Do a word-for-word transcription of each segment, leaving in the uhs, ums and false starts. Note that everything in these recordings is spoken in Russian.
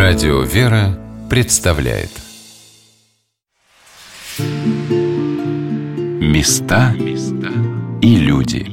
Радио «Вера» представляет Места и люди.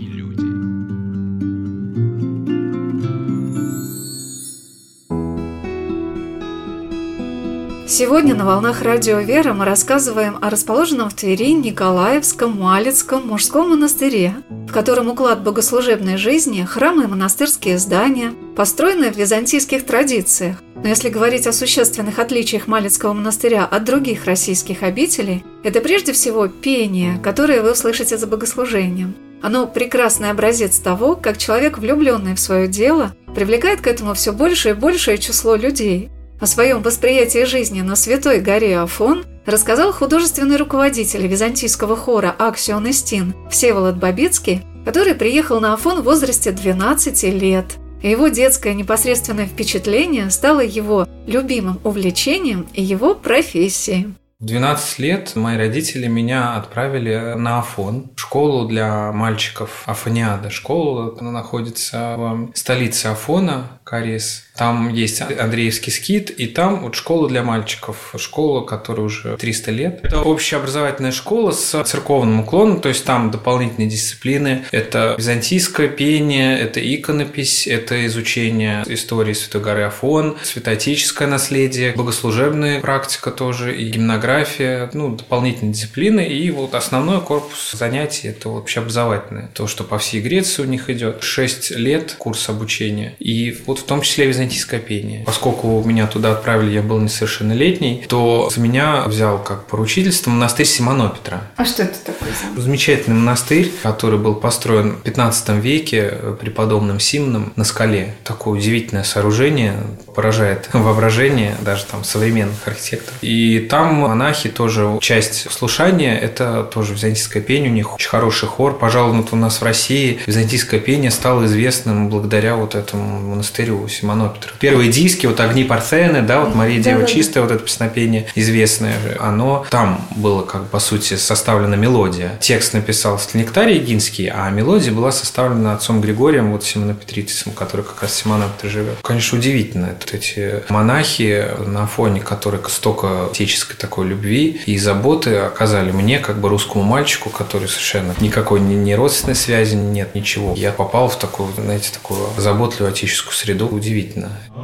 Сегодня на волнах Радио «Вера» мы рассказываем о расположенном в Твери Николаевском Малицком мужском монастыре, в котором уклад богослужебной жизни, храмы и монастырские здания, построены в византийских традициях. Но если говорить о существенных отличиях Малицкого монастыря от других российских обителей, это прежде всего пение, которое вы услышите за богослужением. Оно прекрасный образец того, как человек, влюбленный в свое дело, привлекает к этому все большее и большее число людей. О своем восприятии жизни на Святой горе Афон рассказал художественный руководитель византийского хора Аксион Истин Всеволод Бабицкий, который приехал на Афон в возрасте двенадцати лет. Его детское непосредственное впечатление стало его любимым увлечением и его профессией. В двенадцать лет мои родители меня отправили на Афон, школу для мальчиков Афониада. Школа она находится в столице Афона, Кариес. Там есть Андреевский скит, и там вот школа для мальчиков, школа, которая уже триста лет. Это общеобразовательная школа с церковным уклоном, то есть там дополнительные дисциплины. Это византийское пение, это иконопись, это изучение истории Святой горы Афон, святоотеческое наследие, богослужебная практика тоже и гимнография, ну, дополнительные дисциплины. И вот основной корпус занятий – это общеобразовательное. То, что по всей Греции у них идет. шесть лет курс обучения. И вот в том числе византийское пение. Поскольку меня туда отправили, я был несовершеннолетний, то за меня взял как поручительство монастырь Симонопетра. А что это такое? Замечательный монастырь, который был построен в пятнадцатом веке преподобным Симоном на скале. Такое удивительное сооружение, поражает воображение даже там современных архитекторов. И там монахи тоже, часть слушания, это тоже византийское пение, у них очень хороший хор. Пожалуй, вот у нас в России византийское пение стало известным благодаря вот этому монастырю Симонопетра. Первые диски, вот «Огни Парфены», да, вот «Мария Дева Чистая», вот это песнопение известное, оно там было, как по сути, составлена мелодия. Текст написал Нектарий Егинский, а мелодия была составлена отцом Григорием, вот Симонопетритисом, который как раз в Симонопетре живет. Конечно, удивительно, вот эти монахи, на фоне которых столько отеческой такой любви и заботы оказали мне, как бы русскому мальчику, который совершенно никакой ни родственной связи нет, ничего. Я попал в такую, знаете, такую заботливую отеческую среду. Удивительно.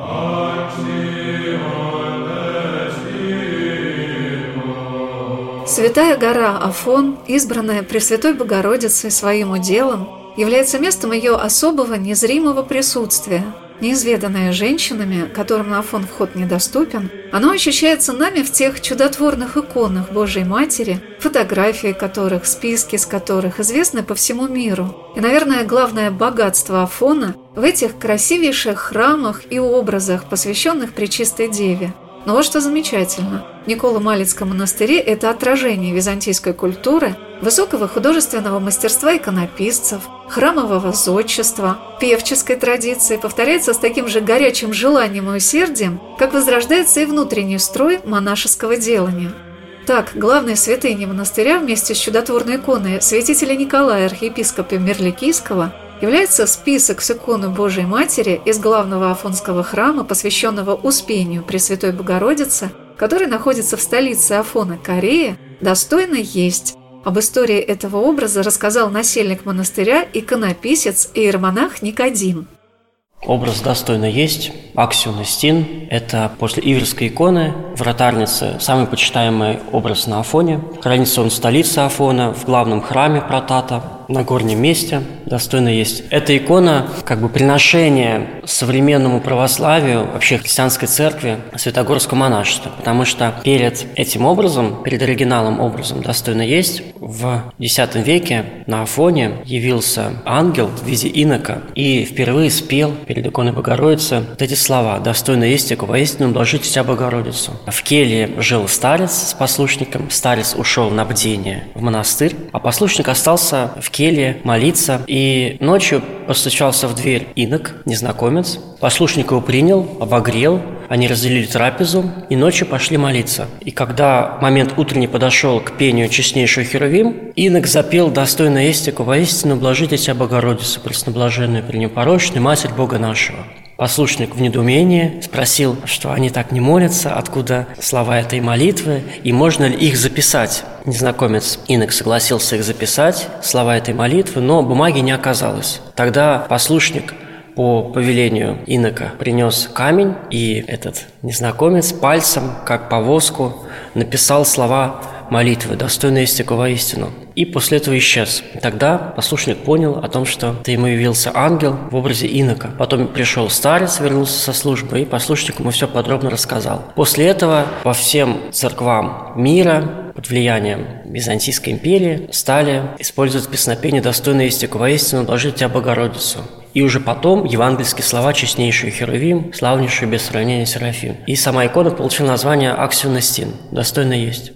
Святая гора Афон, избранная Пресвятой Богородицей своим уделом, является местом ее особого незримого присутствия. Неизведанное женщинами, которым на Афон вход недоступен, оно ощущается нами в тех чудотворных иконах Божьей Матери, фотографии которых, списки с которых известны по всему миру. И, наверное, главное богатство Афона в этих красивейших храмах и образах, посвященных Пречистой Деве. Но вот что замечательно. В Николо-Малицком монастыре это отражение византийской культуры, высокого художественного мастерства иконописцев, храмового зодчества, певческой традиции повторяется с таким же горячим желанием и усердием, как возрождается и внутренний строй монашеского делания. Так, главной святыней монастыря вместе с чудотворной иконой святителя Николая, архиепископа Мерликийского, является список с иконой Божией Матери из главного афонского храма, посвященного Успению Пресвятой Богородицы, который находится в столице Афона, Корея, достойно есть. Об истории этого образа рассказал насельник монастыря, иконописец и иеромонах Никодим. Образ достойно есть. Аксион Истин – это после Иверской иконы, вратарницы, самый почитаемый образ на Афоне. Хранится он в столице Афона, в главном храме Протата, на горнем месте. Достойно есть. Эта икона – как бы приношение современному православию, вообще христианской церкви, святогорскому монашеству. Потому что перед этим образом, перед оригиналом образом достойно есть, в десятом веке на Афоне явился ангел в виде инока и впервые спел перед иконой Богородицы вот эти слова: «Достойно есть, яко воистину блажить Тебя Богородицу». В келье жил старец с послушником, старец ушел на бдение в монастырь, а послушник остался в келье молиться, и ночью постучался в дверь инок, незнакомец. Послушник его принял, обогрел, они разделили трапезу и ночью пошли молиться. И когда момент утренний подошел к пению честнейшего Херувим, инок запел: «Достойно есть, яко воистину блажите Тебя Богородицу, пресноблаженную, пренепорочную, Матерь Бога нашего». Послушник в недоумении спросил, что они так не молятся, откуда слова этой молитвы, и можно ли их записать. Незнакомец инок согласился их записать, слова этой молитвы, но бумаги не оказалось. Тогда послушник по повелению инока принес камень, и этот незнакомец пальцем, как по воску, написал слова молитвы, достойные истеку воистину. И после этого исчез. Тогда послушник понял о том, что это ему явился ангел в образе инока. Потом пришел старец, вернулся со службы, и послушник ему все подробно рассказал. После этого по всем церквам мира под влиянием Византийской империи стали использовать песнопение «Достойное истеку воистину, блажи тебя, Богородицу». И уже потом евангельские слова «Честнейший Херувим», «Славнейший без сравнения Серафим». И сама икона получила название «Аксион Истин», «Достойно есть».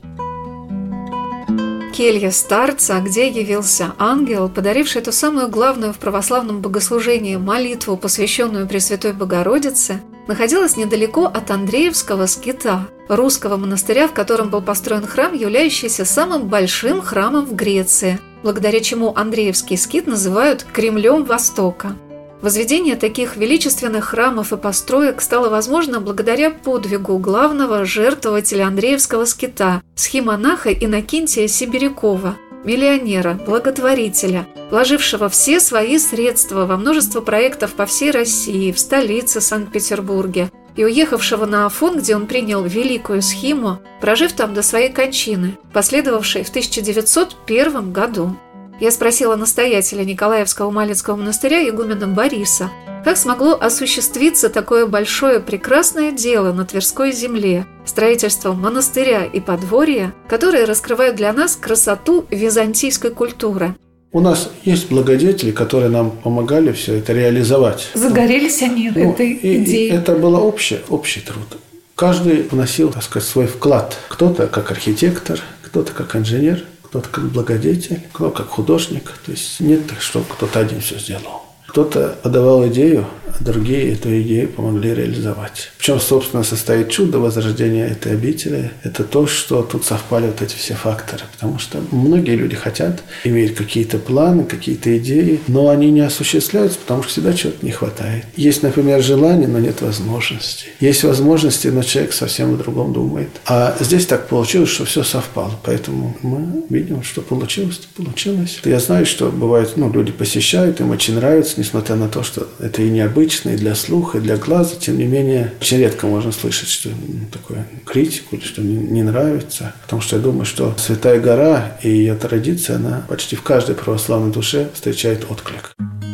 Келья старца, где явился ангел, подаривший ту самую главную в православном богослужении молитву, посвященную Пресвятой Богородице, находилась недалеко от Андреевского скита, русского монастыря, в котором был построен храм, являющийся самым большим храмом в Греции, благодаря чему Андреевский скит называют «Кремлем Востока». Возведение таких величественных храмов и построек стало возможно благодаря подвигу главного жертвователя Андреевского скита, схимонаха Иннокентия Сибирякова, миллионера, благотворителя, вложившего все свои средства во множество проектов по всей России, в столице Санкт-Петербурге, и уехавшего на Афон, где он принял великую схиму, прожив там до своей кончины, последовавшей в тысяча девятьсот первом году. Я спросила настоятеля Николаевского Малицкого монастыря игумена Бориса, как смогло осуществиться такое большое прекрасное дело на Тверской земле, строительство монастыря и подворья, которые раскрывают для нас красоту византийской культуры. У нас есть благодетели, которые нам помогали все это реализовать. Загорелись они ну, этой и, идеей. И это был общий, общий труд. Каждый вносил, так сказать, свой вклад. Кто-то как архитектор, кто-то как инженер, кто-то как благодетель, кто-то как художник. То есть нет так, что кто-то один все сделал. Кто-то подавал идею, а другие эту идею помогли реализовать. В чем, собственно, состоит чудо возрождения этой обители. Это то, что тут совпали вот эти все факторы. Потому что многие люди хотят, имеют какие-то планы, какие-то идеи, но они не осуществляются, потому что всегда чего-то не хватает. Есть, например, желание, но нет возможности. Есть возможности, но человек совсем о другом думает. А здесь так получилось, что все совпало. Поэтому мы видим, что получилось, получилось. Я знаю, что бывает, ну, люди посещают, им очень нравится, несмотря на то, что это и необычно, и для слуха, и для глаза, тем не менее, очень редко можно слышать, что ну, такую критику, или что не, не нравится. Потому что я думаю, что Святая Гора и ее традиция, она почти в каждой православной душе встречает отклик.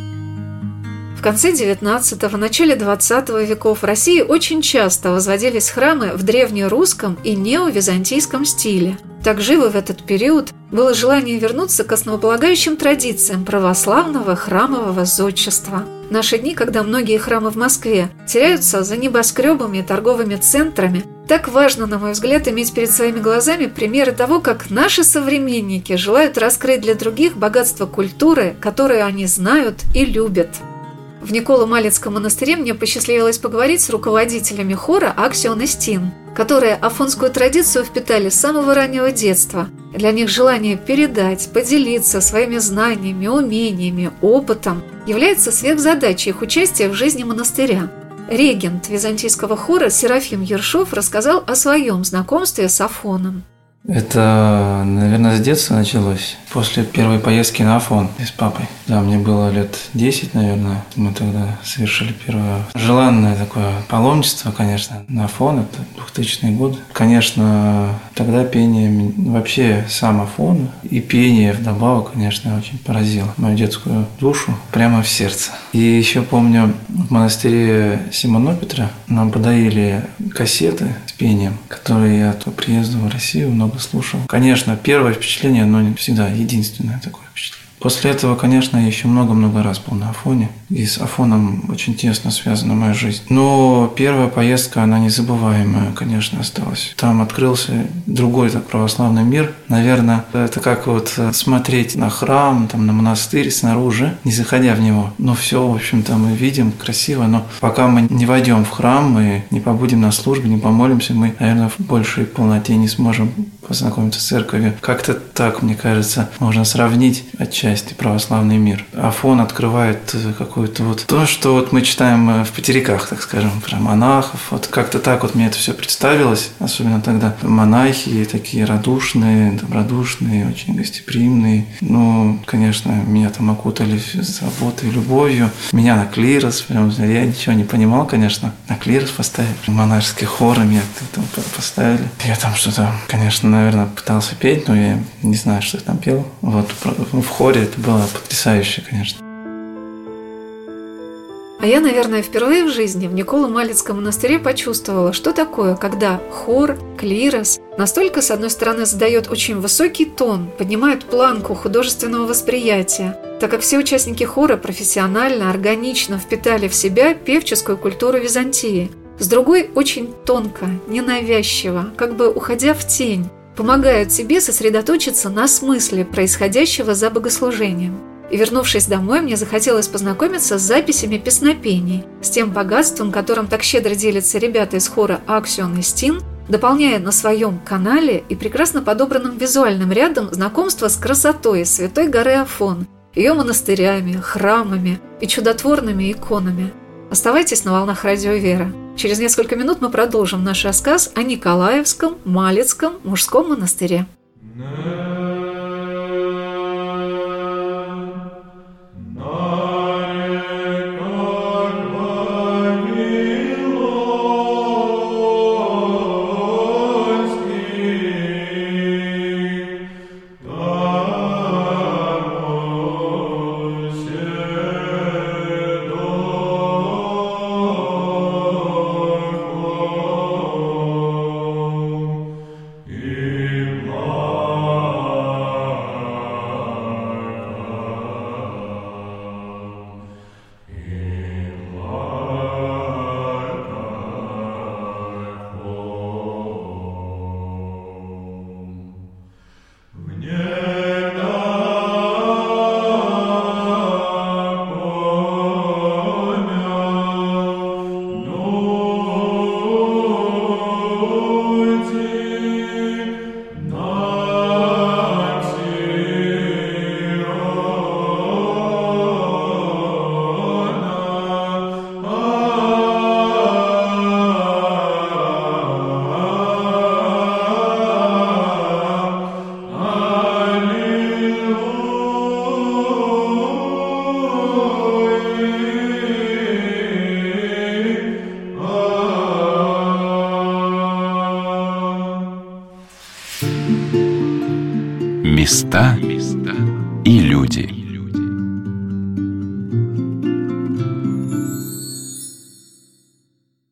В конце девятнадцатого, начале двадцатого веков в России очень часто возводились храмы в древнерусском и неовизантийском стиле. Так живо в этот период было желание вернуться к основополагающим традициям православного храмового зодчества. В наши дни, когда многие храмы в Москве теряются за небоскребами и торговыми центрами, так важно, на мой взгляд, иметь перед своими глазами примеры того, как наши современники желают раскрыть для других богатство культуры, которую они знают и любят. В Николо-Малицком монастыре мне посчастливилось поговорить с руководителями хора «Аксион Истин», которые афонскую традицию впитали с самого раннего детства. Для них желание передать, поделиться своими знаниями, умениями, опытом является сверхзадачей их участия в жизни монастыря. Регент византийского хора Серафим Ершов рассказал о своем знакомстве с Афоном. Это, наверное, с детства началось. После первой поездки на Афон с папой. Да, мне было лет десять, наверное. Мы тогда совершили первое желанное такое паломничество, конечно, на Афон. Это двухтысячные годы. Конечно, тогда пение, вообще сам Афон и пение вдобавок, конечно, очень поразило мою детскую душу прямо в сердце. И еще помню, в монастыре Симона Петра нам подарили кассеты с пением, которые я по приезду в Россию много слушал. Конечно, первое впечатление, но не всегда единственное такое впечатление. После этого, конечно, я еще много-много раз был на Афоне. И с Афоном очень тесно связана моя жизнь. Но первая поездка, она незабываемая, конечно, осталась. Там открылся другой так православный мир. Наверное, это как вот смотреть на храм, там, на монастырь снаружи, не заходя в него. Но все, в общем-то, мы видим красиво. Но пока мы не войдем в храм, мы не побудем на службе, не помолимся, мы, наверное, в большей полноте не сможем познакомиться с церковью. Как-то так, мне кажется, можно сравнить отчасти православный мир. Афон открывает какое-то вот то, что вот мы читаем в потериках, так скажем, про монахов. Вот как-то так вот мне это все представилось, особенно тогда монахи такие радушные, добродушные, очень гостеприимные. Ну, конечно, меня там окутали заботой, любовью. Меня на клирос, прям, я ничего не понимал, конечно. На клирос поставили, монашеский хор меня там поставили. Я там что-то, конечно, наверное, пытался петь, но я не знаю, что я там пел. Вот в хоре это было потрясающе, конечно. А я, наверное, впервые в жизни в Николо-Малицком монастыре почувствовала, что такое, когда хор, клирос настолько, с одной стороны, задает очень высокий тон, поднимает планку художественного восприятия, так как все участники хора профессионально, органично впитали в себя певческую культуру Византии. С другой, очень тонко, ненавязчиво, как бы уходя в тень, помогают себе сосредоточиться на смысле происходящего за богослужением. И, вернувшись домой, мне захотелось познакомиться с записями песнопений, с тем богатством, которым так щедро делятся ребята из хора «Аксион» и «Стин», дополняя на своем канале и прекрасно подобранным визуальным рядом знакомство с красотой Святой горы Афон, ее монастырями, храмами и чудотворными иконами. Оставайтесь на волнах Радио Вера. Через несколько минут мы продолжим наш рассказ о Николаевском, Малицком мужском монастыре. Места и люди.